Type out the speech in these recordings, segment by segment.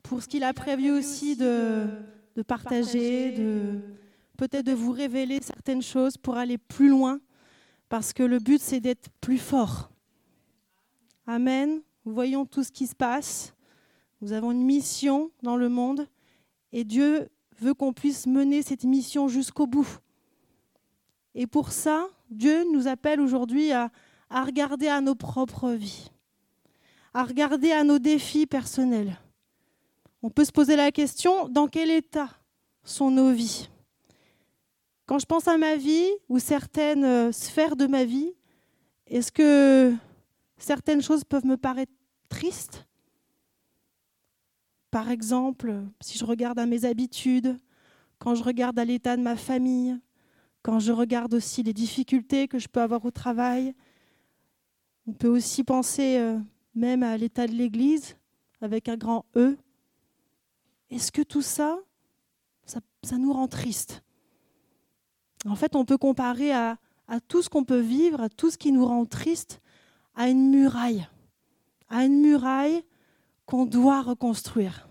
pour ce qu'il a prévu aussi de partager, peut-être de vous révéler certaines choses pour aller plus loin, parce que le but, c'est d'être plus fort. Amen. Nous voyons tout ce qui se passe. Nous avons une mission dans le monde et Dieu veut qu'on puisse mener cette mission jusqu'au bout. Et pour ça, Dieu nous appelle aujourd'hui à regarder à nos propres vies, à regarder à nos défis personnels. On peut se poser la question, dans quel état sont nos vies ? Quand je pense à ma vie ou certaines sphères de ma vie, est-ce que certaines choses peuvent me paraître tristes ? Par exemple, si je regarde à mes habitudes, quand je regarde à l'état de ma famille, quand je regarde aussi les difficultés que je peux avoir au travail, on peut aussi penser même à l'état de l'Église, avec un grand E. Est-ce que tout ça nous rend tristes ? En fait, on peut comparer à tout ce qu'on peut vivre, à tout ce qui nous rend tristes, à une muraille qu'on doit reconstruire.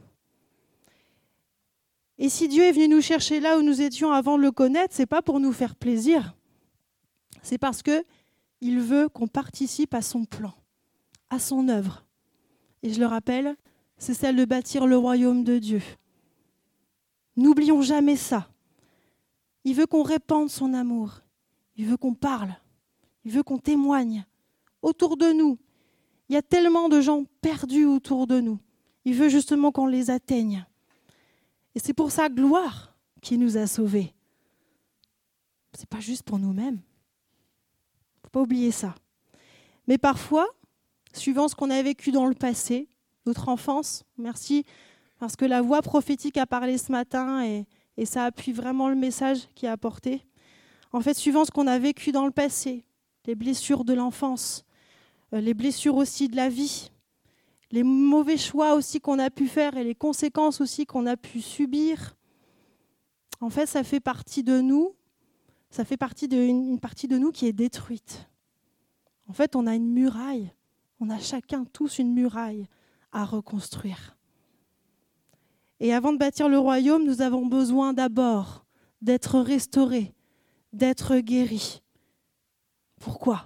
Et si Dieu est venu nous chercher là où nous étions avant de le connaître, ce n'est pas pour nous faire plaisir, c'est parce qu'il veut qu'on participe à son plan, à son œuvre. Et je le rappelle, c'est celle de bâtir le royaume de Dieu. N'oublions jamais ça. Il veut qu'on répande son amour. Il veut qu'on parle. Il veut qu'on témoigne autour de nous. Il y a tellement de gens perdus autour de nous. Il veut justement qu'on les atteigne. Et c'est pour sa gloire qu'il nous a sauvés. Ce n'est pas juste pour nous-mêmes. Il ne faut pas oublier ça. Mais parfois, suivant ce qu'on a vécu dans le passé, notre enfance, merci, parce que la voix prophétique a parlé ce matin et ça appuie vraiment le message qu'il a apporté. En fait, suivant ce qu'on a vécu dans le passé, les blessures de l'enfance, les blessures aussi de la vie, les mauvais choix aussi qu'on a pu faire et les conséquences aussi qu'on a pu subir, en fait, ça fait partie de nous, ça fait partie d'une partie de nous qui est détruite. En fait, on a une muraille, on a chacun, tous une muraille à reconstruire. Et avant de bâtir le royaume, nous avons besoin d'abord d'être restaurés, d'être guéris. Pourquoi ?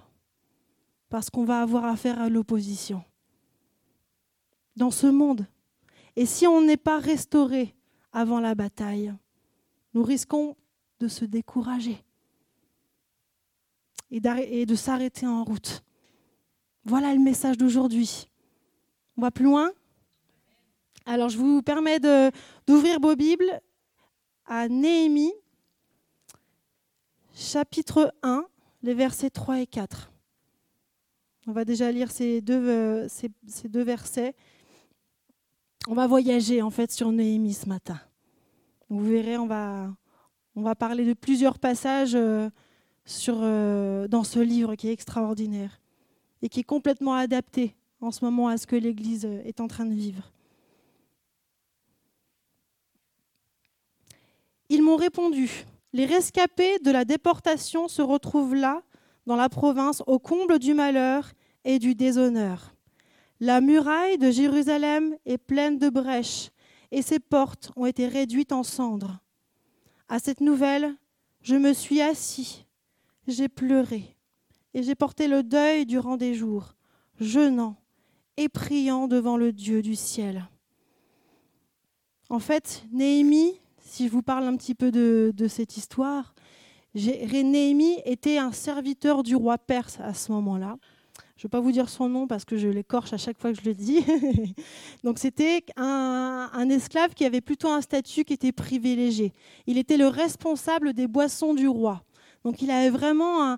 Parce qu'on va avoir affaire à l'opposition dans ce monde. Et si on n'est pas restauré avant la bataille, nous risquons de se décourager et de s'arrêter en route. Voilà le message d'aujourd'hui. On va plus loin ? Alors, je vous permets d'ouvrir vos Bibles à Néhémie, chapitre 1, les versets 3 et 4. On va déjà lire ces deux versets. On va voyager en fait sur Néhémie ce matin. Vous verrez, on va parler de plusieurs passages dans ce livre qui est extraordinaire et qui est complètement adapté en ce moment à ce que l'Église est en train de vivre. Ils m'ont répondu, les rescapés de la déportation se retrouvent là, dans la province, au comble du malheur et du déshonneur. La muraille de Jérusalem est pleine de brèches et ses portes ont été réduites en cendres. À cette nouvelle, je me suis assis, j'ai pleuré et j'ai porté le deuil durant des jours, jeûnant et priant devant le Dieu du ciel. En fait, Néhémie, si je vous parle un petit peu de cette histoire, Néhémie était un serviteur du roi perse à ce moment-là. Je ne vais pas vous dire son nom parce que je l'écorche à chaque fois que je le dis. Donc c'était un esclave qui avait plutôt un statut qui était privilégié. Il était le responsable des boissons du roi. Donc il avait vraiment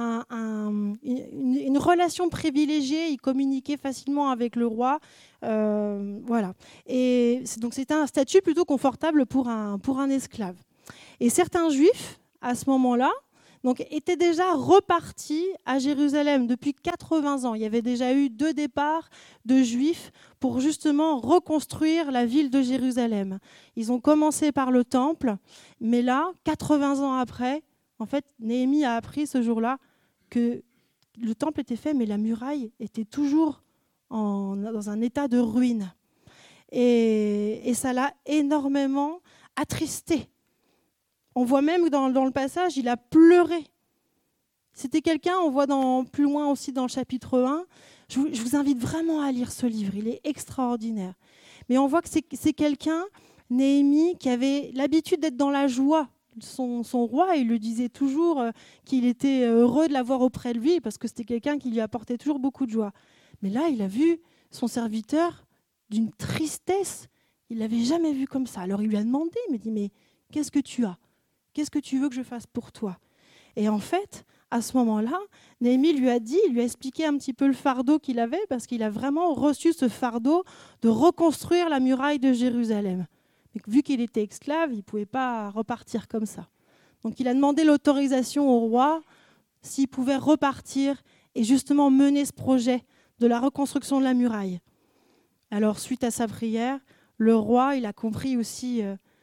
une relation privilégiée, il communiquait facilement avec le roi. Voilà. Et donc c'était un statut plutôt confortable pour un esclave. Et certains juifs, à ce moment-là, donc, étaient déjà repartis à Jérusalem depuis 80 ans. Il y avait déjà eu 2 départs de Juifs pour justement reconstruire la ville de Jérusalem. Ils ont commencé par le temple, mais là, 80 ans après, en fait, Néhémie a appris ce jour-là que le temple était fait, mais la muraille était toujours dans un état de ruine. Et ça l'a énormément attristé. On voit même dans le passage, il a pleuré. C'était quelqu'un, on voit plus loin aussi dans le chapitre 1. Je vous invite vraiment à lire ce livre, il est extraordinaire. Mais on voit que c'est quelqu'un, Néhémie, qui avait l'habitude d'être dans la joie. Son roi, il lui disait toujours qu'il était heureux de l'avoir auprès de lui, parce que c'était quelqu'un qui lui apportait toujours beaucoup de joie. Mais là, il a vu son serviteur d'une tristesse. Il ne l'avait jamais vu comme ça. Alors il lui a demandé, il m'a dit, mais qu'est-ce que tu as ? Qu'est-ce que tu veux que je fasse pour toi ? Et en fait, à ce moment-là, Néhémie lui a expliqué un petit peu le fardeau qu'il avait, parce qu'il a vraiment reçu ce fardeau de reconstruire la muraille de Jérusalem. Mais vu qu'il était esclave, il ne pouvait pas repartir comme ça. Donc il a demandé l'autorisation au roi s'il pouvait repartir et justement mener ce projet de la reconstruction de la muraille. Alors, suite à sa prière, le roi, il a compris aussi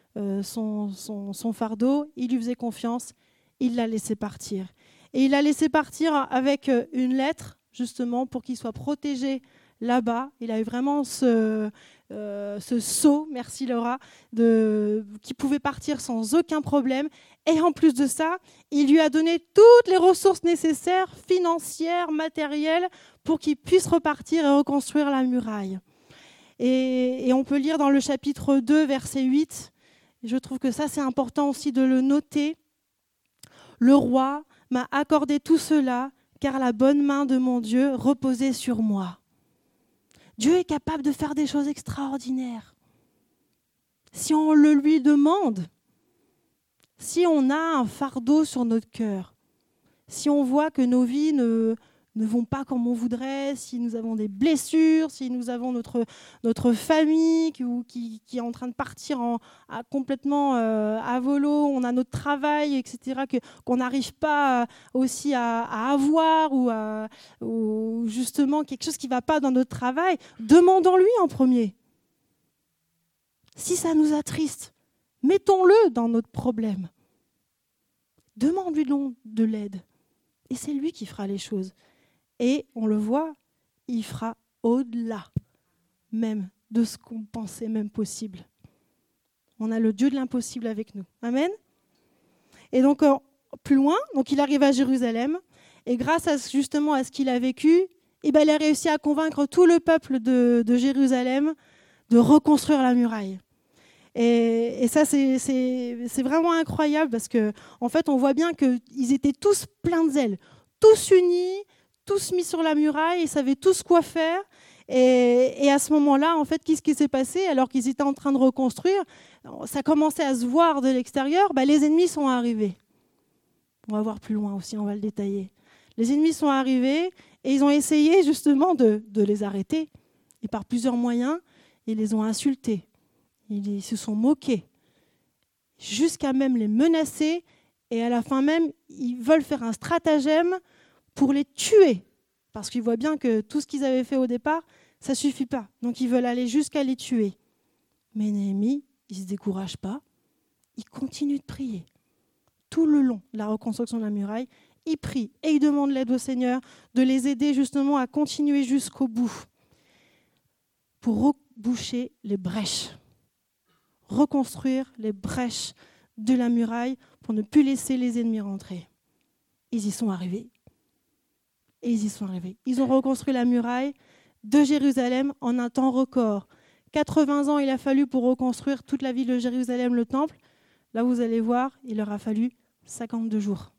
son fardeau, il lui faisait confiance, il l'a laissé partir. Et il l'a laissé partir avec une lettre, justement, pour qu'il soit protégé là-bas. Il a eu vraiment ce sceau, merci Laura, qui pouvait partir sans aucun problème. Et en plus de ça, il lui a donné toutes les ressources nécessaires, financières, matérielles, pour qu'il puisse repartir et reconstruire la muraille. Et on peut lire dans le chapitre 2, verset 8, je trouve que ça c'est important aussi de le noter. Le roi m'a accordé tout cela, car la bonne main de mon Dieu reposait sur moi. Dieu est capable de faire des choses extraordinaires. Si on le lui demande, si on a un fardeau sur notre cœur, si on voit que nos vies ne vont pas comme on voudrait, si nous avons des blessures, si nous avons notre famille qui est en train de partir complètement à volo, on a notre travail, etc., qu'on n'arrive pas aussi à avoir ou justement quelque chose qui ne va pas dans notre travail, demandons-lui en premier. Si ça nous attriste, mettons-le dans notre problème. Demande-lui donc de l'aide. Et c'est lui qui fera les choses. Et on le voit, il fera au-delà même de ce qu'on pensait même possible. On a le Dieu de l'impossible avec nous. Amen. Et donc, plus loin, donc il arrive à Jérusalem. Et grâce justement à ce qu'il a vécu, il a réussi à convaincre tout le peuple de Jérusalem de reconstruire la muraille. Et ça, c'est vraiment incroyable parce qu'en fait, on voit bien qu'ils étaient tous pleins de zèle, tous unis, tous mis sur la muraille, ils savaient tous quoi faire. Et à ce moment-là, en fait, qu'est-ce qui s'est passé ? Alors qu'ils étaient en train de reconstruire, ça commençait à se voir de l'extérieur, les ennemis sont arrivés. On va voir plus loin aussi, on va le détailler. Les ennemis sont arrivés et ils ont essayé justement de les arrêter. Et par plusieurs moyens, ils les ont insultés. Ils se sont moqués, jusqu'à même les menacer. Et à la fin même, ils veulent faire un stratagème pour les tuer. Parce qu'ils voient bien que tout ce qu'ils avaient fait au départ, ça ne suffit pas. Donc ils veulent aller jusqu'à les tuer. Mais Néhémie, il ne se décourage pas. Il continue de prier. Tout le long de la reconstruction de la muraille, il prie et il demande l'aide au Seigneur de les aider justement à continuer jusqu'au bout pour reboucher les brèches. Reconstruire les brèches de la muraille pour ne plus laisser les ennemis rentrer. Ils y sont arrivés. Et ils y sont arrivés. Ils ont reconstruit la muraille de Jérusalem en un temps record. 80 ans il a fallu pour reconstruire toute la ville de Jérusalem, le temple. Là, vous allez voir, il leur a fallu 52 jours.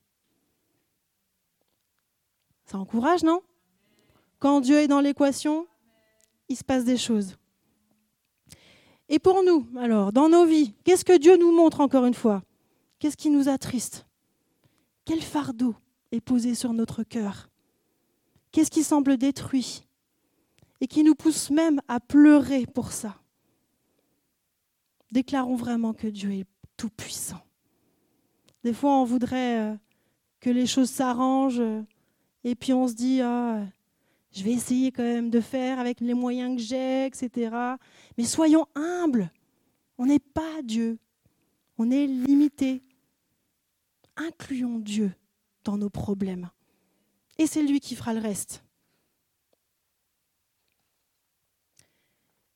Ça encourage, non ? Quand Dieu est dans l'équation, il se passe des choses. Et pour nous, alors, dans nos vies, qu'est-ce que Dieu nous montre encore une fois ? Qu'est-ce qui nous attriste ? Quel fardeau est posé sur notre cœur ? Qu'est-ce qui semble détruit et qui nous pousse même à pleurer pour ça ? Déclarons vraiment que Dieu est tout-puissant. Des fois, on voudrait que les choses s'arrangent et puis on se dit je vais essayer quand même de faire avec les moyens que j'ai, etc. Mais soyons humbles. On n'est pas Dieu. On est limité. Incluons Dieu dans nos problèmes. Et c'est lui qui fera le reste.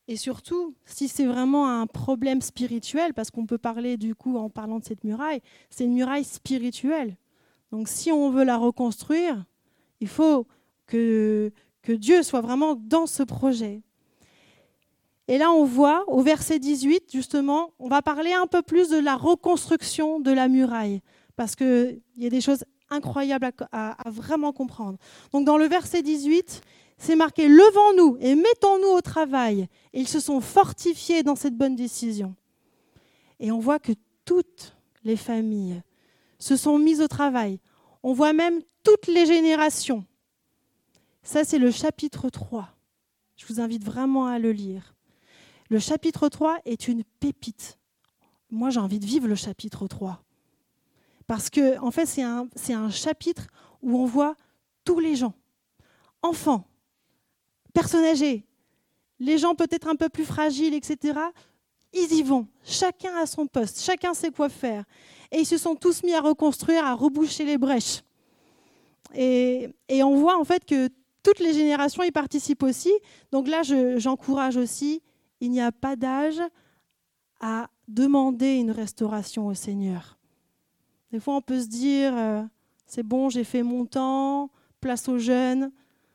Et surtout, si c'est vraiment un problème spirituel, parce qu'on peut parler du coup en parlant de cette muraille, c'est une muraille spirituelle. Donc si on veut la reconstruire, il faut que Dieu soit vraiment dans ce projet. Et là, on voit au verset 18, justement, on va parler un peu plus de la reconstruction de la muraille, parce qu'il y a des choses incroyables à vraiment comprendre. Donc dans le verset 18, c'est marqué « Levons-nous et mettons-nous au travail ». Et ils se sont fortifiés dans cette bonne décision. Et on voit que toutes les familles se sont mises au travail. On voit même toutes les générations. Ça, c'est le chapitre 3. Je vous invite vraiment à le lire. Le chapitre 3 est une pépite. Moi, j'ai envie de vivre le chapitre 3. Parce que, en fait, c'est un chapitre où on voit tous les gens. Enfants, personnes âgées, les gens peut-être un peu plus fragiles, etc. Ils y vont. Chacun à son poste. Chacun sait quoi faire. Et ils se sont tous mis à reconstruire, à reboucher les brèches. Et on voit en fait que toutes les générations y participent aussi. Donc là, j'encourage aussi, il n'y a pas d'âge à demander une restauration au Seigneur. Des fois, on peut se dire, c'est bon, j'ai fait mon temps, place aux jeunes.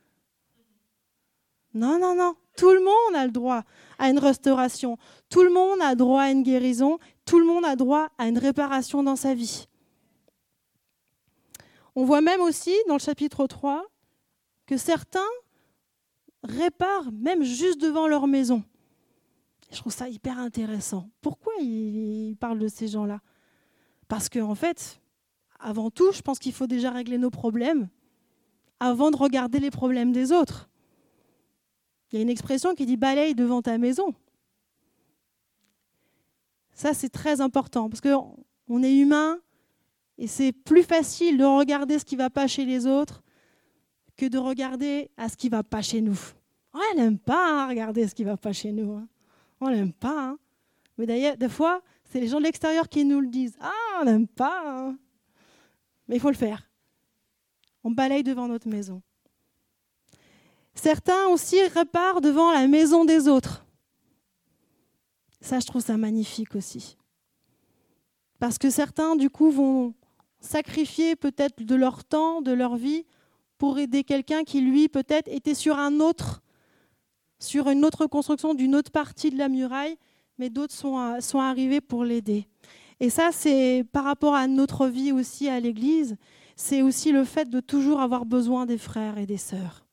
Non, non, non. Tout le monde a le droit à une restauration. Tout le monde a droit à une guérison. Tout le monde a droit à une réparation dans sa vie. On voit même aussi, dans le chapitre 3, que certains réparent même juste devant leur maison. Je trouve ça hyper intéressant. Pourquoi il parle de ces gens-là ? Parce qu'en fait, avant tout, je pense qu'il faut déjà régler nos problèmes avant de regarder les problèmes des autres. Il y a une expression qui dit « balaye devant ta maison ». Ça, c'est très important parce qu'on est humain et c'est plus facile de regarder ce qui ne va pas chez les autres que de regarder à ce qui ne va pas chez nous. On n'aime pas regarder ce qui ne va pas chez nous. On n'aime pas. Mais d'ailleurs, des fois, c'est les gens de l'extérieur qui nous le disent. Ah, on n'aime pas. Mais il faut le faire. On balaye devant notre maison. Certains aussi réparent devant la maison des autres. Ça, je trouve ça magnifique aussi. Parce que certains, du coup, vont sacrifier peut-être de leur temps, de leur vie, pour aider quelqu'un qui, lui, peut-être était sur une autre construction d'une autre partie de la muraille, mais d'autres sont arrivés pour l'aider. Et ça, c'est par rapport à notre vie aussi à l'Église, c'est aussi le fait de toujours avoir besoin des frères et des sœurs.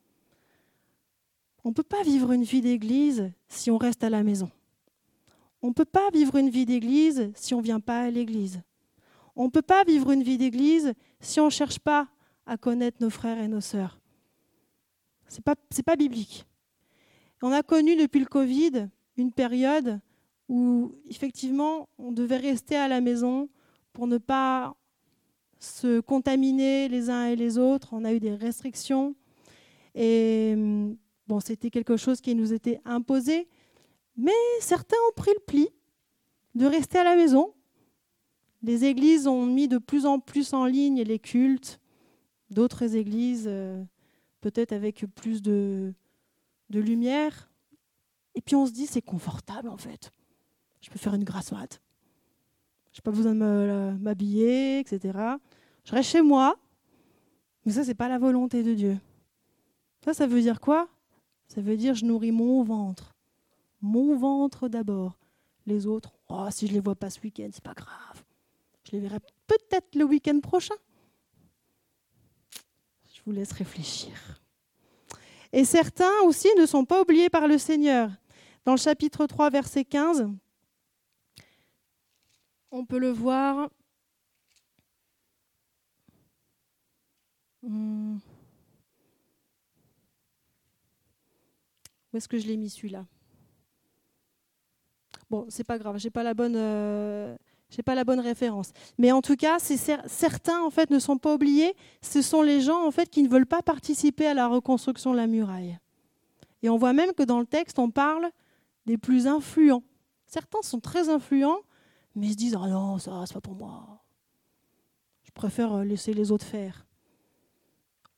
On ne peut pas vivre une vie d'Église si on reste à la maison. On ne peut pas vivre une vie d'Église si on ne vient pas à l'Église. On ne peut pas vivre une vie d'Église si on ne cherche pas à connaître nos frères et nos sœurs. Ce n'est pas biblique. On a connu depuis le Covid une période où, effectivement, on devait rester à la maison pour ne pas se contaminer les uns et les autres. On a eu des restrictions. Et bon, c'était quelque chose qui nous était imposé. Mais certains ont pris le pli de rester à la maison. Les églises ont mis de plus en plus en ligne les cultes. D'autres églises, peut-être avec plus de lumière. Et puis on se dit, c'est confortable en fait. Je peux faire une grasse mat. Je n'ai pas besoin de m'habiller, etc. Je reste chez moi. Mais ça, ce n'est pas la volonté de Dieu. Ça veut dire quoi ? Ça veut dire je nourris mon ventre. Mon ventre d'abord. Les autres, si je ne les vois pas ce week-end, c'est pas grave. Je les verrai peut-être le week-end prochain. Je vous laisse réfléchir. Et certains aussi ne sont pas oubliés par le Seigneur. Dans le chapitre 3, verset 15, on peut le voir. Où est-ce que je l'ai mis celui-là ? Bon, c'est pas grave, j'ai pas la bonne référence. Mais en tout cas, certains en fait ne sont pas oubliés. Ce sont les gens en fait qui ne veulent pas participer à la reconstruction de la muraille. Et on voit même que dans le texte, on parle des plus influents. Certains sont très influents, mais ils se disent « Ah non, ça, c'est pas pour moi. Je préfère laisser les autres faire. »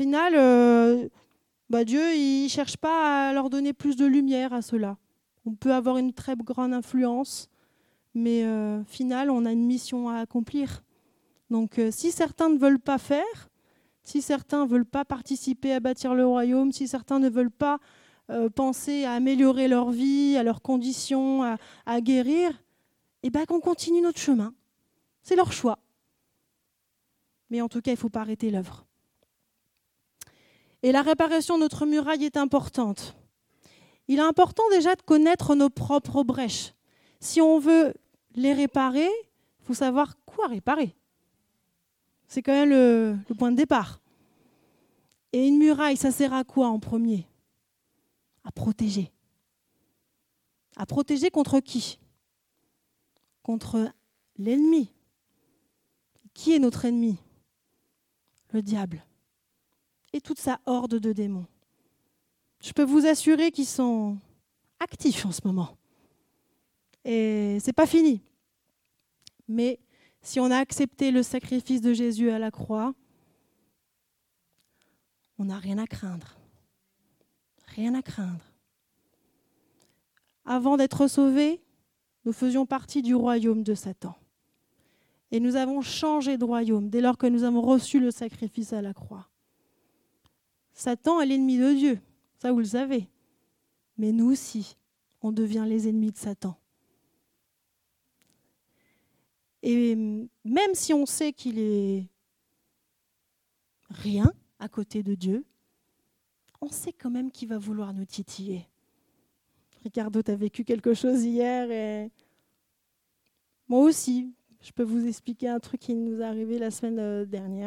Bon, en final, Dieu, il ne cherche pas à leur donner plus de lumière à cela. On peut avoir une très grande influence, mais au final, on a une mission à accomplir. Donc, si certains ne veulent pas faire, si certains ne veulent pas participer à bâtir le royaume, si certains ne veulent pas penser à améliorer leur vie, à leurs conditions, à guérir, eh bien qu'on continue notre chemin. C'est leur choix. Mais en tout cas, il ne faut pas arrêter l'œuvre. Et la réparation de notre muraille est importante. Il est important déjà de connaître nos propres brèches. Si on veut les réparer, il faut savoir quoi réparer. C'est quand même le point de départ. Et une muraille, ça sert à quoi en premier ? À protéger. À protéger contre qui ? Contre l'ennemi. Qui est notre ennemi ? Le diable. Et toute sa horde de démons. Je peux vous assurer qu'ils sont actifs en ce moment. Et ce n'est pas fini. Mais si on a accepté le sacrifice de Jésus à la croix, on n'a rien à craindre. Rien à craindre. Avant d'être sauvés, nous faisions partie du royaume de Satan. Et nous avons changé de royaume dès lors que nous avons reçu le sacrifice à la croix. Satan est l'ennemi de Dieu, ça vous le savez. Mais nous aussi, on devient les ennemis de Satan. Et même si on sait qu'il est rien à côté de Dieu, on sait quand même qu'il va vouloir nous titiller. Ricardo, tu as vécu quelque chose hier et moi aussi. Je peux vous expliquer un truc qui nous est arrivé la semaine dernière.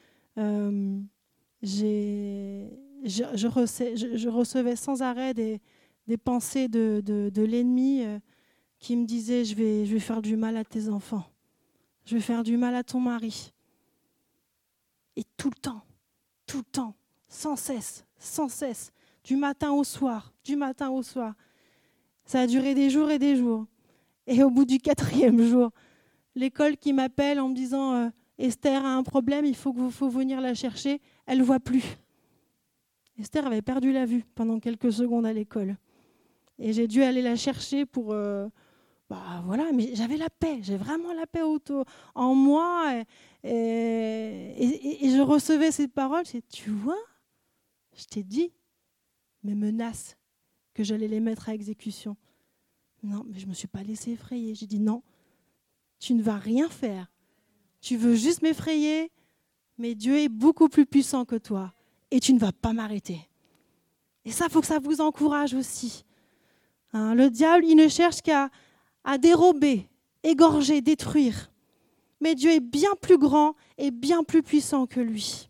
Je recevais sans arrêt des pensées de l'ennemi qui me disaient je vais faire du mal à tes enfants. Je vais faire du mal à ton mari. Et tout le temps, sans cesse, du matin au soir. Ça a duré des jours et des jours. Et au bout du 4e jour, l'école qui m'appelle en me disant Esther a un problème, il faut venir la chercher. Elle ne voit plus. Esther avait perdu la vue pendant quelques secondes à l'école. Et j'ai dû aller la chercher pour... voilà, mais j'avais la paix. J'ai vraiment la paix en moi. Et je recevais ces paroles. Tu vois, je t'ai dit, mes menaces, que j'allais les mettre à exécution. Non, mais je ne me suis pas laissée effrayer. J'ai dit non, tu ne vas rien faire. Tu veux juste m'effrayer, mais Dieu est beaucoup plus puissant que toi et tu ne vas pas m'arrêter. Et ça, il faut que ça vous encourage aussi. Le diable, il ne cherche qu'à dérober, égorger, détruire. Mais Dieu est bien plus grand et bien plus puissant que lui.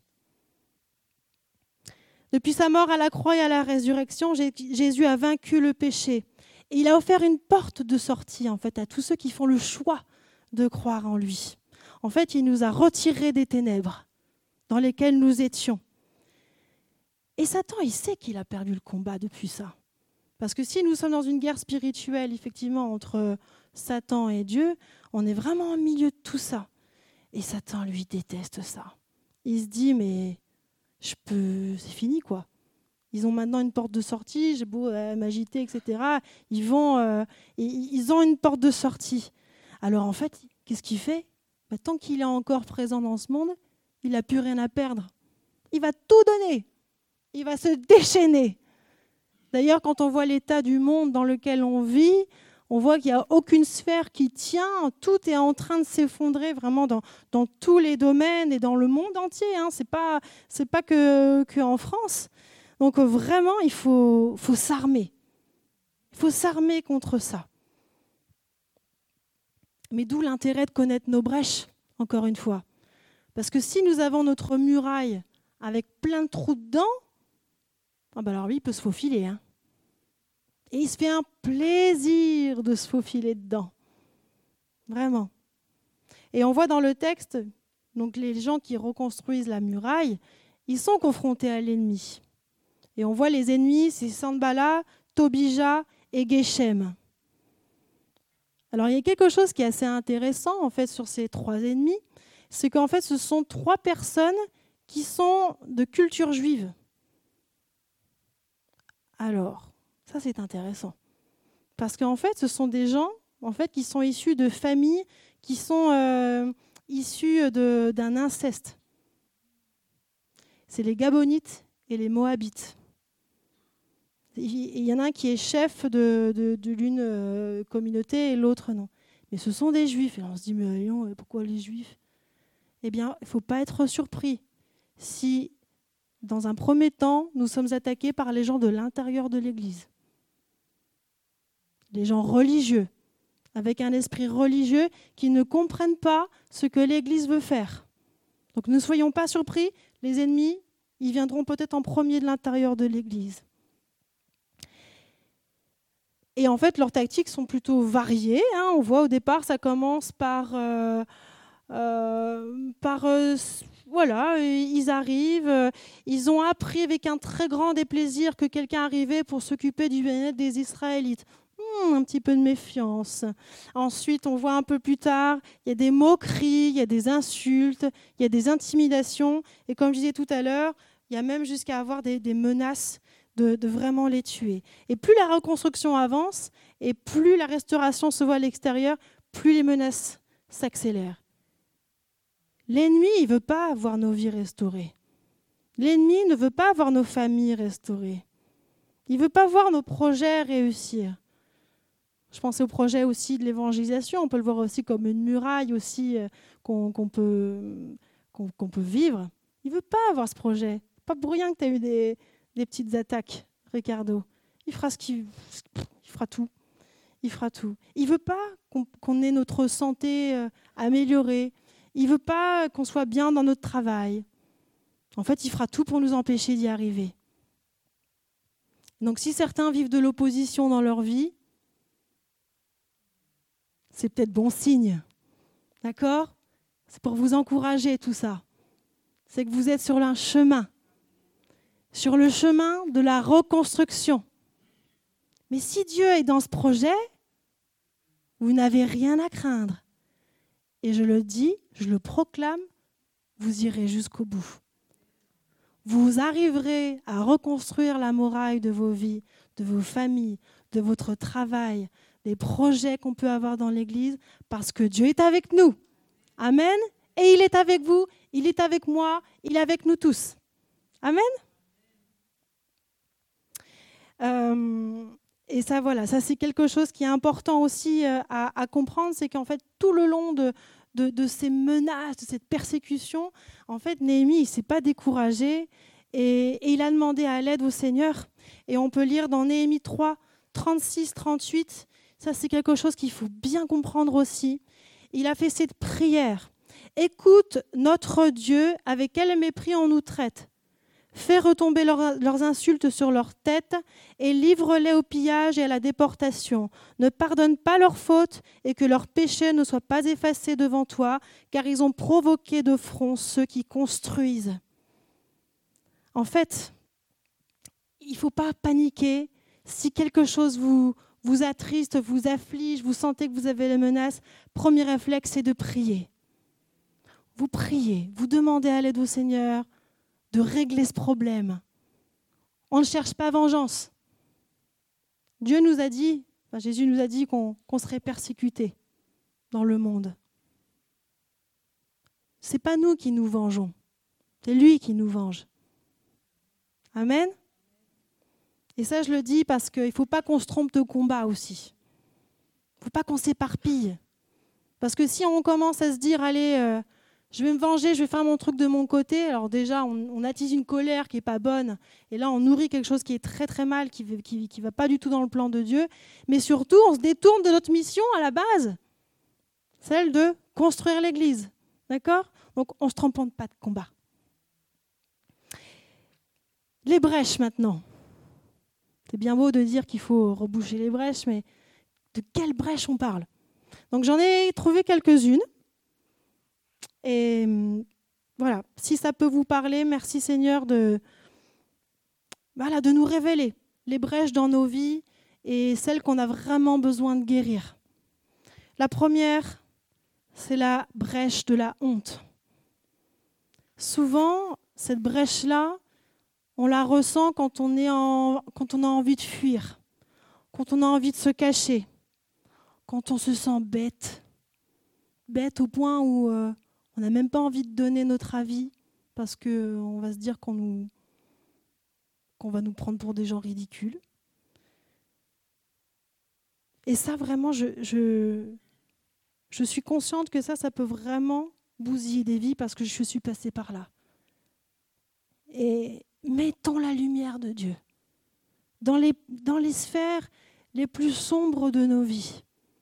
Depuis sa mort à la croix et à la résurrection, Jésus a vaincu le péché. Et il a offert une porte de sortie en fait, à tous ceux qui font le choix de croire en lui. En fait, il nous a retirés des ténèbres dans lesquelles nous étions. Et Satan, il sait qu'il a perdu le combat depuis ça. Parce que si nous sommes dans une guerre spirituelle, effectivement, entre Satan et Dieu, on est vraiment au milieu de tout ça. Et Satan, lui, déteste ça. Il se dit, mais c'est fini, quoi. Ils ont maintenant une porte de sortie, j'ai beau m'agiter, etc. Ils ont une porte de sortie. Alors, en fait, qu'est-ce qu'il fait ? Tant qu'il est encore présent dans ce monde, il n'a plus rien à perdre. Il va tout donner. Il va se déchaîner. D'ailleurs, quand on voit l'état du monde dans lequel on vit, on voit qu'il n'y a aucune sphère qui tient. Tout est en train de s'effondrer vraiment dans tous les domaines et dans le monde entier. Ce n'est pas que en France. Donc vraiment, il faut s'armer. Il faut s'armer contre ça. Mais d'où l'intérêt de connaître nos brèches, encore une fois. Parce que si nous avons notre muraille avec plein de trous dedans, alors lui, il peut se faufiler. Et il se fait un plaisir de se faufiler dedans. Vraiment. Et on voit dans le texte, donc les gens qui reconstruisent la muraille, ils sont confrontés à l'ennemi. Et on voit les ennemis, c'est Sanballat, Tobija et Geshem. Alors il y a quelque chose qui est assez intéressant en fait sur ces 3 ennemis, c'est qu'en fait ce sont 3 personnes qui sont de culture juive. Alors, ça c'est intéressant. Parce qu'en fait, ce sont des gens qui sont issus de familles qui sont issues d'un inceste. C'est les Gabonites et les Moabites. Il y en a un qui est chef de l'une communauté et l'autre non. Mais ce sont des Juifs. Et on se dit, mais non, pourquoi les Juifs ? Eh bien, il ne faut pas être surpris si, dans un premier temps, nous sommes attaqués par les gens de l'intérieur de l'Église. Les gens religieux, avec un esprit religieux qui ne comprennent pas ce que l'Église veut faire. Donc ne soyons pas surpris, les ennemis, ils viendront peut-être en premier de l'intérieur de l'Église. Et en fait, leurs tactiques sont plutôt variées. On voit au départ, ça commence voilà, ils arrivent, ils ont appris avec un très grand déplaisir que quelqu'un arrivait pour s'occuper du bien-être des Israélites. Un petit peu de méfiance. Ensuite, on voit un peu plus tard, il y a des moqueries, il y a des insultes, il y a des intimidations. Et comme je disais tout à l'heure, il y a même jusqu'à avoir des menaces de vraiment les tuer. Et plus la reconstruction avance, et plus la restauration se voit à l'extérieur, plus les menaces s'accélèrent. L'ennemi, il ne veut pas avoir nos vies restaurées. L'ennemi ne veut pas avoir nos familles restaurées. Il ne veut pas voir nos projets réussir. Je pensais au projet aussi de l'évangélisation. On peut le voir aussi comme une muraille aussi qu'on peut vivre. Il ne veut pas avoir ce projet. Pas pour rien que tu as eu des petites attaques, Ricardo. Il fera tout. Il fera tout. Il ne veut pas qu'on ait notre santé améliorée. Il ne veut pas qu'on soit bien dans notre travail. En fait, il fera tout pour nous empêcher d'y arriver. Donc, si certains vivent de l'opposition dans leur vie, c'est peut-être bon signe. D'accord ? C'est pour vous encourager tout ça. C'est que vous êtes sur un chemin. Sur le chemin de la reconstruction. Mais si Dieu est dans ce projet, vous n'avez rien à craindre. Et je le dis, je le proclame, vous irez jusqu'au bout. Vous arriverez à reconstruire la muraille de vos vies, de vos familles, de votre travail, des projets qu'on peut avoir dans l'Église, parce que Dieu est avec nous. Amen. Et il est avec vous, il est avec moi, il est avec nous tous. Amen. Et ça, voilà, ça c'est quelque chose qui est important aussi à comprendre, c'est qu'en fait, tout le long de ces menaces, de cette persécution, en fait, Néhémie, il ne s'est pas découragé et il a demandé à l'aide au Seigneur. Et on peut lire dans Néhémie 3, 36, 38, ça c'est quelque chose qu'il faut bien comprendre aussi. Il a fait cette prière. « Écoute notre Dieu, avec quel mépris on nous traite. Fais retomber leurs insultes sur leur tête et livre-les au pillage et à la déportation. Ne pardonne pas leurs fautes et que leurs péchés ne soient pas effacés devant toi, car ils ont provoqué de front ceux qui construisent. » En fait, il ne faut pas paniquer. Si quelque chose vous attriste, vous afflige, vous sentez que vous avez les menaces, premier réflexe, c'est de prier. Vous priez, vous demandez à l'aide au Seigneur de régler ce problème. On ne cherche pas vengeance. Dieu nous a dit, Jésus nous a dit qu'on serait persécutés dans le monde. Ce n'est pas nous qui nous vengeons, c'est lui qui nous venge. Amen. Et ça, je le dis parce qu'il ne faut pas qu'on se trompe de combat aussi. Il ne faut pas qu'on s'éparpille. Parce que si on commence à se dire, allez, je vais me venger, je vais faire mon truc de mon côté, alors déjà, on attise une colère qui n'est pas bonne. Et là, on nourrit quelque chose qui est très, très mal, qui ne va pas du tout dans le plan de Dieu. Mais surtout, on se détourne de notre mission à la base, celle de construire l'Église. D'accord ? Donc, on ne se trompe pas de combat. Les brèches maintenant. C'est bien beau de dire qu'il faut reboucher les brèches, mais de quelles brèches on parle ? Donc j'en ai trouvé quelques-unes. Et voilà, si ça peut vous parler, merci Seigneur de nous révéler les brèches dans nos vies et celles qu'on a vraiment besoin de guérir. La première, c'est la brèche de la honte. Souvent, cette brèche-là, On la ressent quand on a envie de fuir, quand on a envie de se cacher, quand on se sent bête. Bête au point où on n'a même pas envie de donner notre avis parce qu'on va se dire qu'on va nous prendre pour des gens ridicules. Et ça, vraiment, je suis consciente que ça peut vraiment bousiller des vies parce que je suis passée par là. Et mettons la lumière de Dieu dans les sphères les plus sombres de nos vies.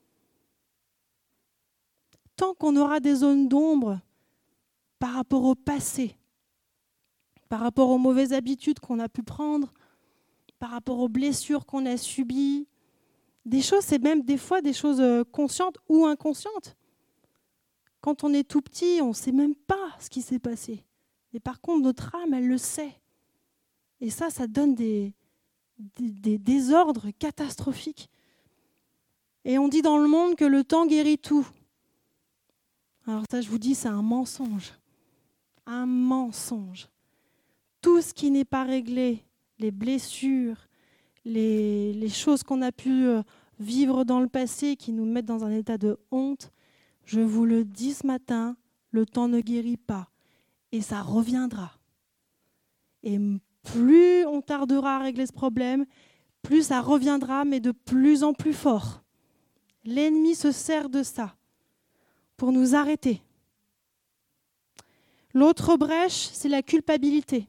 Tant qu'on aura des zones d'ombre par rapport au passé, par rapport aux mauvaises habitudes qu'on a pu prendre, par rapport aux blessures qu'on a subies, des choses, c'est même des fois des choses conscientes ou inconscientes. Quand on est tout petit, on ne sait même pas ce qui s'est passé. Mais par contre, notre âme, elle le sait. Et ça donne des désordres catastrophiques. Et on dit dans le monde que le temps guérit tout. Alors ça, je vous dis, c'est un mensonge. Un mensonge. Tout ce qui n'est pas réglé, les blessures, les choses qu'on a pu vivre dans le passé qui nous mettent dans un état de honte, je vous le dis ce matin, le temps ne guérit pas. Et ça reviendra. Et plus on tardera à régler ce problème, plus ça reviendra, mais de plus en plus fort. L'ennemi se sert de ça pour nous arrêter. L'autre brèche, c'est la culpabilité.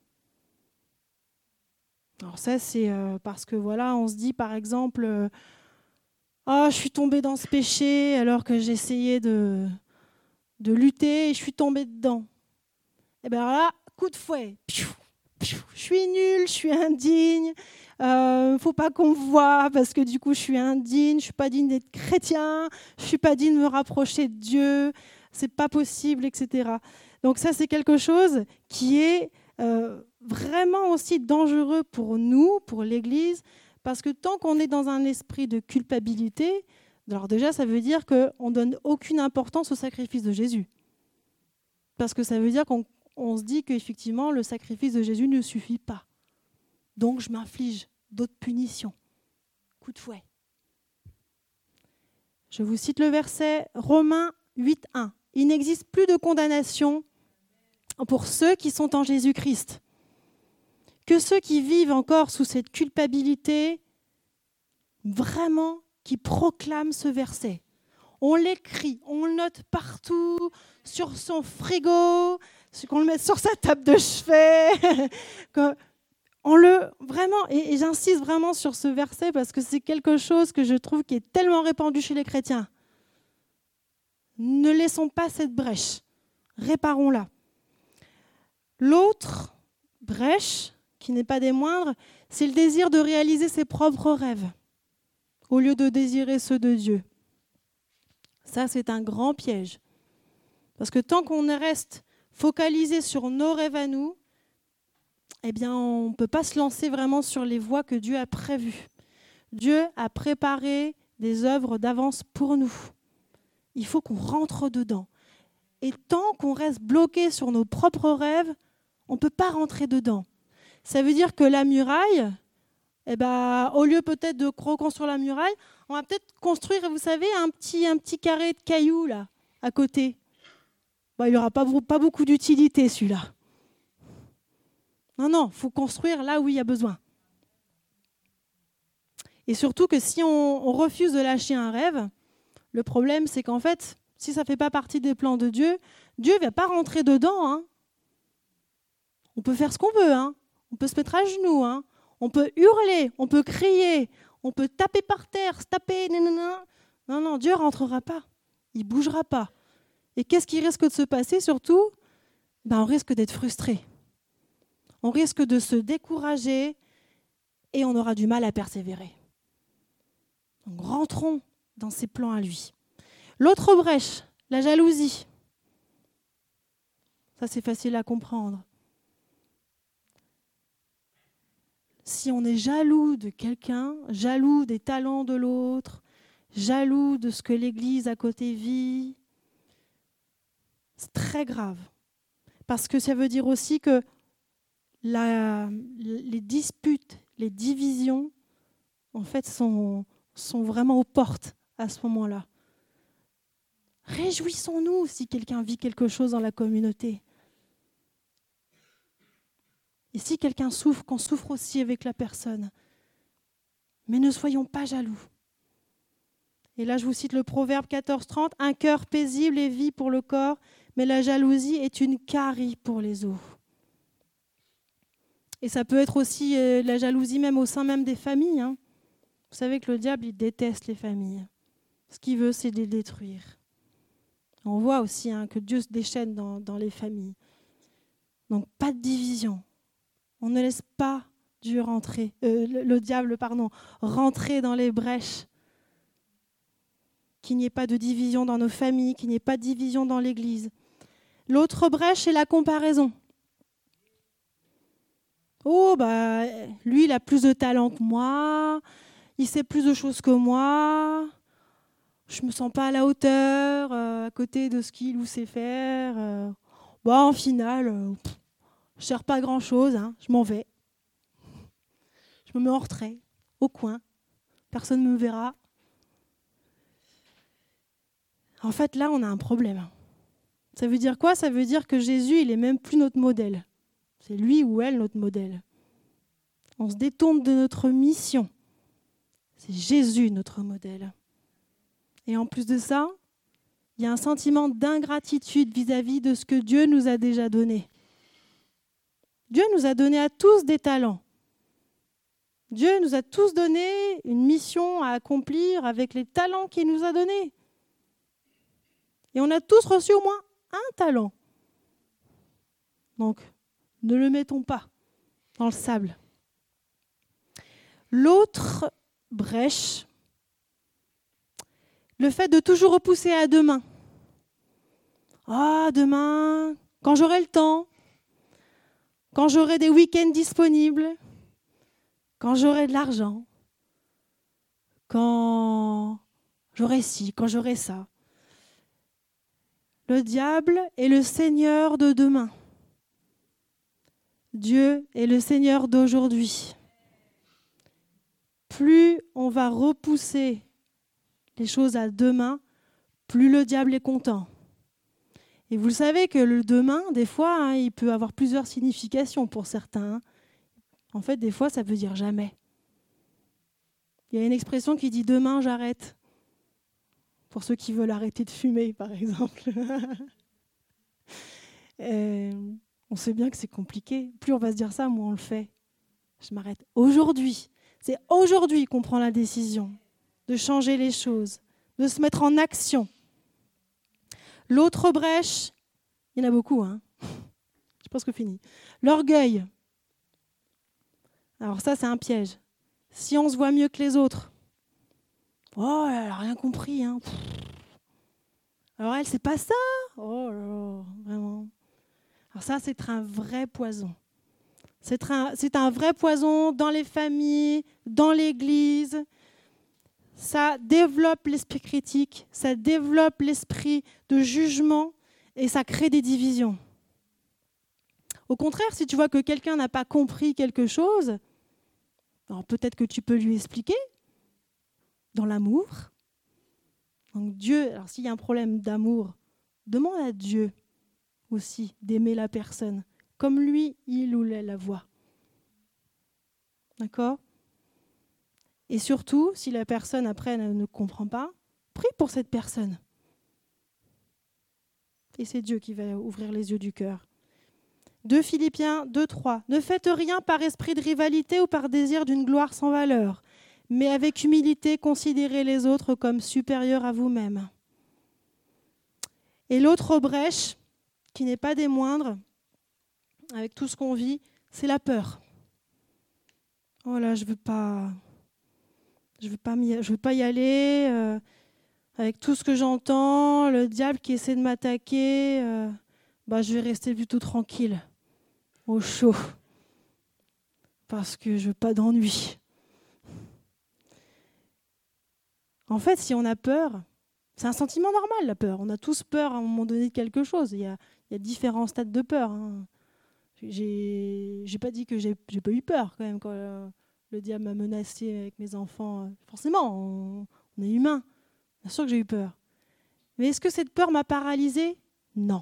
Alors ça, c'est parce que voilà, on se dit par exemple, je suis tombée dans ce péché alors que j'essayais de lutter et je suis tombée dedans. Et bien là, coup de fouet. Je suis nulle, je suis indigne. Faut pas qu'on me voie parce que du coup, je suis indigne. Je suis pas digne d'être chrétien. Je suis pas digne de me rapprocher de Dieu. C'est pas possible, etc. Donc ça, c'est quelque chose qui est vraiment aussi dangereux pour nous, pour l'Église, parce que tant qu'on est dans un esprit de culpabilité, alors déjà, ça veut dire qu'on ne donne aucune importance au sacrifice de Jésus. Parce que ça veut dire qu'on se dit qu'effectivement, le sacrifice de Jésus ne suffit pas. Donc, je m'inflige d'autres punitions. Coup de fouet. Je vous cite le verset Romains 8:1. Il n'existe plus de condamnation pour ceux qui sont en Jésus-Christ. Que ceux qui vivent encore sous cette culpabilité, vraiment, qui proclament ce verset. On l'écrit, on le note partout, sur son frigo, qu'on le mette sur sa table de chevet. Vraiment, et j'insiste vraiment sur ce verset parce que c'est quelque chose que je trouve qui est tellement répandu chez les chrétiens. Ne laissons pas cette brèche, réparons-la. L'autre brèche, qui n'est pas des moindres, c'est le désir de réaliser ses propres rêves au lieu de désirer ceux de Dieu. Ça, c'est un grand piège. Parce que tant qu'on reste focalisé sur nos rêves à nous, eh bien, on ne peut pas se lancer vraiment sur les voies que Dieu a prévues. Dieu a préparé des œuvres d'avance pour nous. Il faut qu'on rentre dedans. Et tant qu'on reste bloqué sur nos propres rêves, on ne peut pas rentrer dedans. Ça veut dire que la muraille, au lieu peut-être de reconstruire la muraille, on va peut-être construire, vous savez, un petit carré de cailloux là, à côté. Il n'aura pas beaucoup d'utilité celui-là. Non, il faut construire là où il y a besoin. Et surtout que si on refuse de lâcher un rêve, le problème c'est qu'en fait, si ça ne fait pas partie des plans de Dieu, Dieu ne va pas rentrer dedans. Hein. On peut faire ce qu'on veut, hein. On peut se mettre à genoux, hein. On peut hurler, on peut crier, on peut taper par terre, se taper. Non, Dieu ne rentrera pas. Il ne bougera pas. Et qu'est-ce qui risque de se passer surtout ? On risque d'être frustré. On risque de se décourager et on aura du mal à persévérer. Donc rentrons dans ses plans à lui. L'autre brèche, la jalousie. Ça, c'est facile à comprendre. Si on est jaloux de quelqu'un, jaloux des talents de l'autre, jaloux de ce que l'Église à côté vit, c'est très grave. Parce que ça veut dire aussi que les disputes, les divisions, en fait, sont vraiment aux portes à ce moment-là. Réjouissons-nous si quelqu'un vit quelque chose dans la communauté. Et si quelqu'un souffre, qu'on souffre aussi avec la personne. Mais ne soyons pas jaloux. Et là, je vous cite le proverbe 14:30. « Un cœur paisible est vie pour le corps, mais la jalousie est une carie pour les os. » Et ça peut être aussi la jalousie même au sein même des familles. Hein. Vous savez que le diable, il déteste les familles. Ce qu'il veut, c'est de les détruire. On voit aussi que Dieu se déchaîne dans les familles. Donc, pas de division. On ne laisse pas Dieu le diable rentrer dans les brèches. Qu'il n'y ait pas de division dans nos familles, qu'il n'y ait pas de division dans l'Église. L'autre brèche, c'est la comparaison. Oh, lui, il a plus de talent que moi, il sait plus de choses que moi, je ne me sens pas à la hauteur, à côté de ce qu'il ou sait faire. En final, je ne sers pas à grand-chose, je m'en vais. Je me mets en retrait, au coin, personne ne me verra. En fait, là, on a un problème. Ça veut dire quoi ? Ça veut dire que Jésus, il n'est même plus notre modèle. C'est lui ou elle notre modèle. On se détourne de notre mission. C'est Jésus notre modèle. Et en plus de ça, il y a un sentiment d'ingratitude vis-à-vis de ce que Dieu nous a déjà donné. Dieu nous a donné à tous des talents. Dieu nous a tous donné une mission à accomplir avec les talents qu'il nous a donnés. Et on a tous reçu au moins un talent. Donc, ne le mettons pas dans le sable. L'autre brèche, le fait de toujours repousser à demain. Demain, quand j'aurai le temps, quand j'aurai des week-ends disponibles, quand j'aurai de l'argent, quand j'aurai ci, quand j'aurai ça. Le diable est le Seigneur de demain. Dieu est le Seigneur d'aujourd'hui. Plus on va repousser les choses à demain, plus le diable est content. Et vous le savez que le demain, des fois, il peut avoir plusieurs significations pour certains. En fait, des fois, ça veut dire jamais. Il y a une expression qui dit « demain, j'arrête ». Pour ceux qui veulent arrêter de fumer, par exemple. On sait bien que c'est compliqué. Plus on va se dire ça, moins on le fait. Je m'arrête aujourd'hui. C'est aujourd'hui qu'on prend la décision de changer les choses, de se mettre en action. L'autre brèche, il y en a beaucoup, je pense que fini. L'orgueil. Alors ça, c'est un piège. Si on se voit mieux que les autres, oh, elle n'a rien compris. Alors elle, c'est pas ça. Oh là là, vraiment. Alors ça, c'est un vrai poison. C'est un vrai poison dans les familles, dans l'Église. Ça développe l'esprit critique, ça développe l'esprit de jugement et ça crée des divisions. Au contraire, si tu vois que quelqu'un n'a pas compris quelque chose, alors peut-être que tu peux lui expliquer dans l'amour. Donc Dieu, alors s'il y a un problème d'amour, demande à Dieu aussi d'aimer la personne comme lui, il ou elle la voit. D'accord ? Et surtout, si la personne après ne comprend pas, prie pour cette personne. Et c'est Dieu qui va ouvrir les yeux du cœur. 2 Philippiens 2:3. Ne faites rien par esprit de rivalité ou par désir d'une gloire sans valeur, mais avec humilité, considérez les autres comme supérieurs à vous-même. Et l'autre brèche, qui n'est pas des moindres, avec tout ce qu'on vit, c'est la peur. Oh là, je veux pas y aller. Avec tout ce que j'entends, le diable qui essaie de m'attaquer, je vais rester plutôt tranquille, au chaud, parce que je veux pas d'ennui. En fait, si on a peur, c'est un sentiment normal, la peur. On a tous peur à un moment donné de quelque chose. Il y a différents stades de peur. J'ai pas dit que j'ai pas eu peur quand même quand le diable m'a menacé avec mes enfants. Forcément, on est humain. Bien sûr que j'ai eu peur. Mais est-ce que cette peur m'a paralysée ? Non.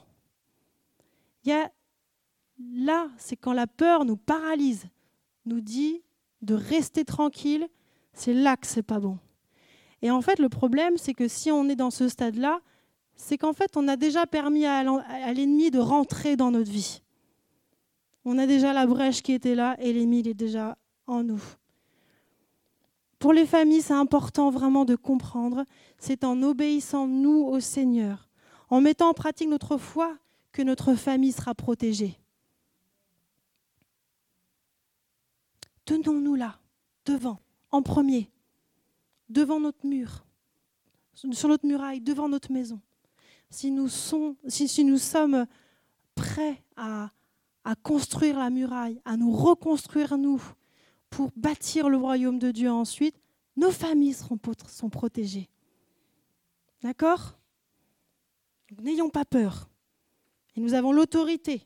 Là, c'est quand la peur nous paralyse, nous dit de rester tranquille, c'est là que c'est pas bon. Et en fait, le problème, c'est que si on est dans ce stade-là, c'est qu'en fait, on a déjà permis à l'ennemi de rentrer dans notre vie. On a déjà la brèche qui était là et l'ennemi, il est déjà en nous. Pour les familles, c'est important vraiment de comprendre, c'est en obéissant, nous, au Seigneur, en mettant en pratique notre foi, que notre famille sera protégée. Tenons-nous là, devant, en premier, devant notre mur, sur notre muraille, devant notre maison. Si nous sommes prêts à construire la muraille, à nous reconstruire nous, pour bâtir le royaume de Dieu ensuite, nos familles sont protégées. D'accord ? Donc, n'ayons pas peur. Et nous avons l'autorité.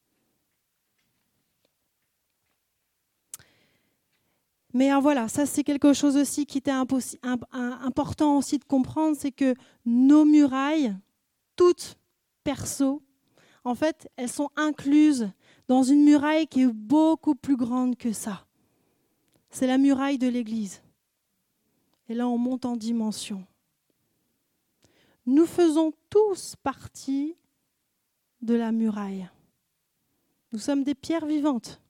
Mais voilà, ça c'est quelque chose aussi qui était important aussi de comprendre, c'est que nos murailles, toutes perso, en fait, elles sont incluses dans une muraille qui est beaucoup plus grande que ça. C'est la muraille de l'Église. Et là, on monte en dimension. Nous faisons tous partie de la muraille. Nous sommes des pierres vivantes.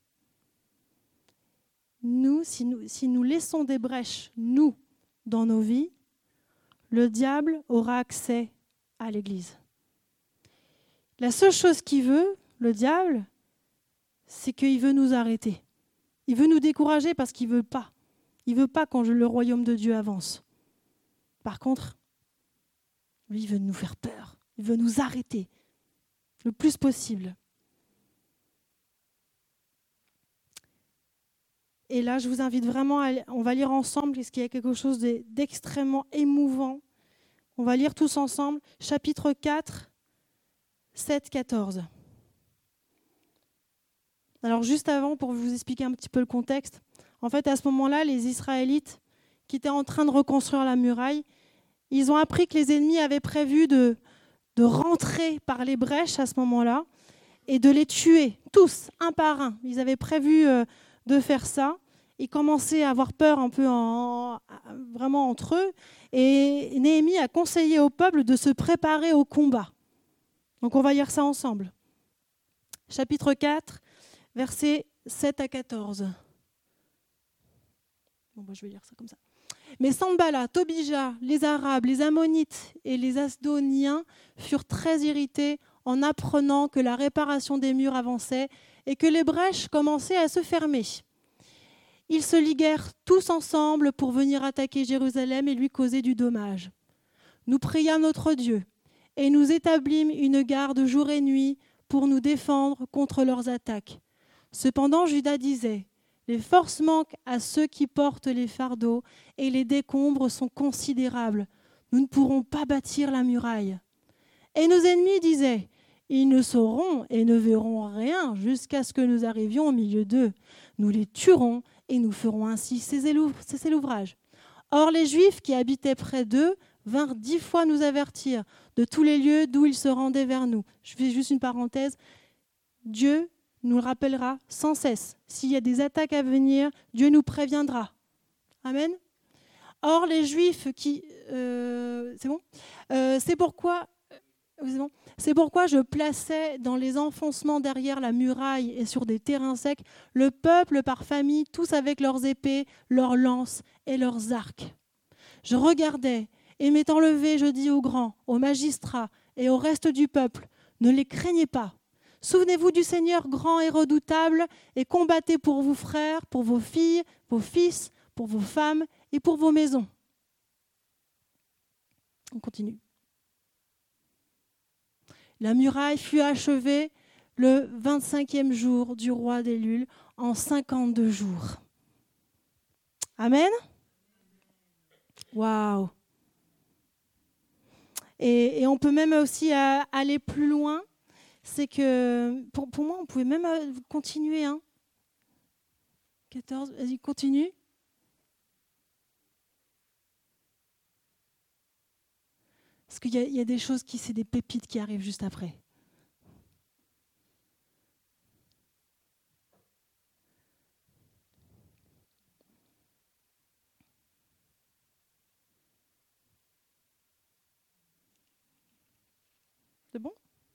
Nous, si nous laissons des brèches, nous, dans nos vies, le diable aura accès à l'Église. La seule chose qu'il veut, le diable, c'est qu'il veut nous arrêter. Il veut nous décourager parce qu'il ne veut pas. Il ne veut pas quand le royaume de Dieu avance. Par contre, lui, il veut nous faire peur. Il veut nous arrêter le plus possible. Et là, je vous invite vraiment, on va lire ensemble, parce qu'il y a quelque chose d'extrêmement émouvant. On va lire tous ensemble, chapitre 4, 7, 14. Alors juste avant, pour vous expliquer un petit peu le contexte, en fait, à ce moment-là, les Israélites qui étaient en train de reconstruire la muraille, ils ont appris que les ennemis avaient prévu de rentrer par les brèches à ce moment-là et de les tuer, tous, un par un. Ils avaient prévu de faire ça. Ils commençaient à avoir peur un peu vraiment entre eux. Et Néhémie a conseillé au peuple de se préparer au combat. Donc on va lire ça ensemble. Chapitre 4, versets 7 à 14. Je vais lire ça comme ça. Mais Sanballat, Tobija, les Arabes, les Ammonites et les Asdoniens furent très irrités en apprenant que la réparation des murs avançait et que les brèches commençaient à se fermer. Ils se liguèrent tous ensemble pour venir attaquer Jérusalem et lui causer du dommage. Nous priâmes notre Dieu et nous établîmes une garde jour et nuit pour nous défendre contre leurs attaques. Cependant, Juda disait : les forces manquent à ceux qui portent les fardeaux et les décombres sont considérables. Nous ne pourrons pas bâtir la muraille. Et nos ennemis disaient : ils ne sauront et ne verront rien jusqu'à ce que nous arrivions au milieu d'eux. Nous les tuerons et nous ferons ainsi cesser l'ouvrage. Or, les Juifs qui habitaient près d'eux vinrent 10 fois nous avertir de tous les lieux d'où ils se rendaient vers nous. Je fais juste une parenthèse. Dieu nous le rappellera sans cesse. S'il y a des attaques à venir, Dieu nous préviendra. Amen. Or, les Juifs qui... c'est bon ? C'est pourquoi je plaçais dans les enfoncements derrière la muraille et sur des terrains secs le peuple par famille, tous avec leurs épées, leurs lances et leurs arcs. Je regardais et m'étant levé, je dis aux grands, aux magistrats et au reste du peuple, ne les craignez pas. Souvenez-vous du Seigneur grand et redoutable et combattez pour vos frères, pour vos filles, vos fils, pour vos femmes et pour vos maisons. On continue. La muraille fut achevée le 25e jour du roi d'Élul en 52 jours. Amen. Waouh. Et on peut même aussi aller plus loin. c'est que pour moi, on pouvait même continuer. 14, vas-y, continue. Parce qu'il y a des choses c'est des pépites qui arrivent juste après. C'est bon ?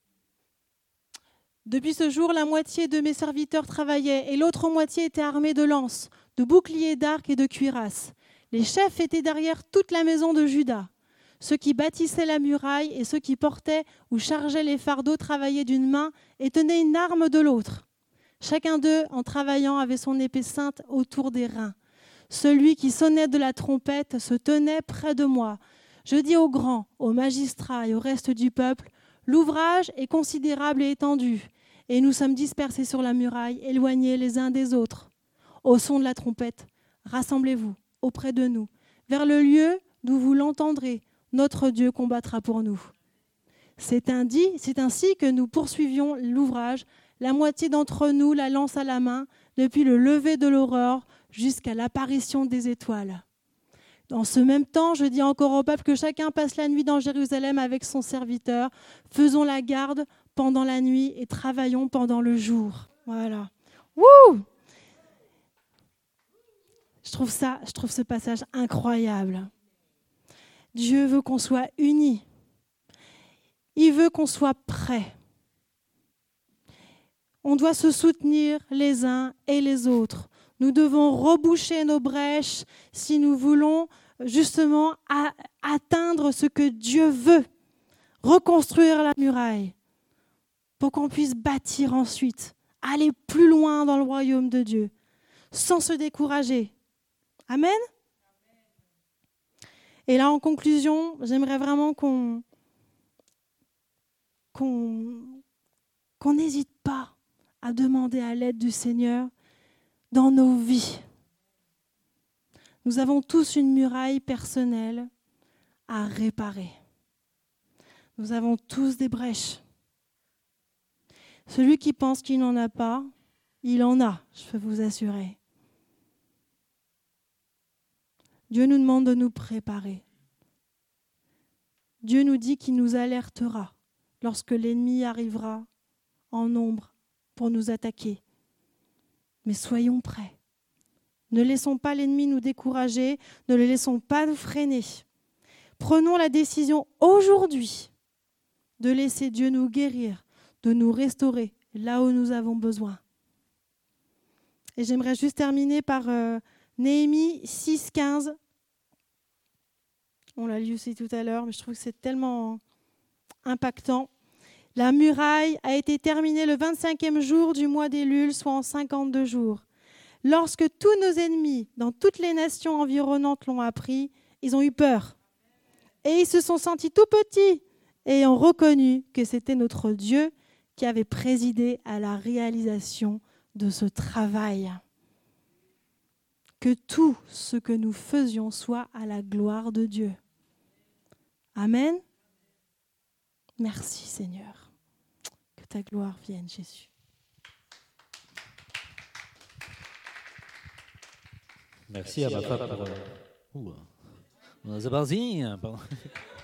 Depuis ce jour, la moitié de mes serviteurs travaillaient et l'autre moitié était armée de lances, de boucliers, d'arcs et de cuirasses. Les chefs étaient derrière toute la maison de Juda. Ceux qui bâtissaient la muraille et ceux qui portaient ou chargeaient les fardeaux travaillaient d'une main et tenaient une arme de l'autre. Chacun d'eux, en travaillant, avait son épée ceinte autour des reins. Celui qui sonnait de la trompette se tenait près de moi. Je dis aux grands, aux magistrats et au reste du peuple, l'ouvrage est considérable et étendu, et nous sommes dispersés sur la muraille, éloignés les uns des autres. Au son de la trompette, rassemblez-vous auprès de nous, vers le lieu d'où vous l'entendrez. Notre Dieu combattra pour nous. C'est ainsi que nous poursuivions l'ouvrage, la moitié d'entre nous la lance à la main, depuis le lever de l'aurore jusqu'à l'apparition des étoiles. En ce même temps, je dis encore au peuple que chacun passe la nuit dans Jérusalem avec son serviteur. Faisons la garde pendant la nuit et travaillons pendant le jour. Voilà. Wouh! Je trouve ce passage incroyable. Dieu veut qu'on soit unis. Il veut qu'on soit prêts. On doit se soutenir les uns et les autres. Nous devons reboucher nos brèches si nous voulons justement atteindre ce que Dieu veut, reconstruire la muraille pour qu'on puisse bâtir ensuite, aller plus loin dans le royaume de Dieu, sans se décourager. Amen. Et là, en conclusion, j'aimerais vraiment qu'on n'hésite pas à demander à l'aide du Seigneur dans nos vies. Nous avons tous une muraille personnelle à réparer. Nous avons tous des brèches. Celui qui pense qu'il n'en a pas, il en a, je peux vous assurer. Dieu nous demande de nous préparer. Dieu nous dit qu'il nous alertera lorsque l'ennemi arrivera en nombre pour nous attaquer. Mais soyons prêts. Ne laissons pas l'ennemi nous décourager, ne le laissons pas nous freiner. Prenons la décision aujourd'hui de laisser Dieu nous guérir, de nous restaurer là où nous avons besoin. Et j'aimerais juste terminer par Néhémie 6,15. On l'a lu aussi tout à l'heure, mais je trouve que c'est tellement impactant. La muraille a été terminée le 25e jour du mois d'Élul, soit en 52 jours. Lorsque tous nos ennemis dans toutes les nations environnantes l'ont appris, ils ont eu peur. Et ils se sont sentis tout petits et ont reconnu que c'était notre Dieu qui avait présidé à la réalisation de ce travail. Que tout ce que nous faisions soit à la gloire de Dieu. Amen. Merci Seigneur. Que ta gloire vienne, Jésus. Merci à ma femme pour... On a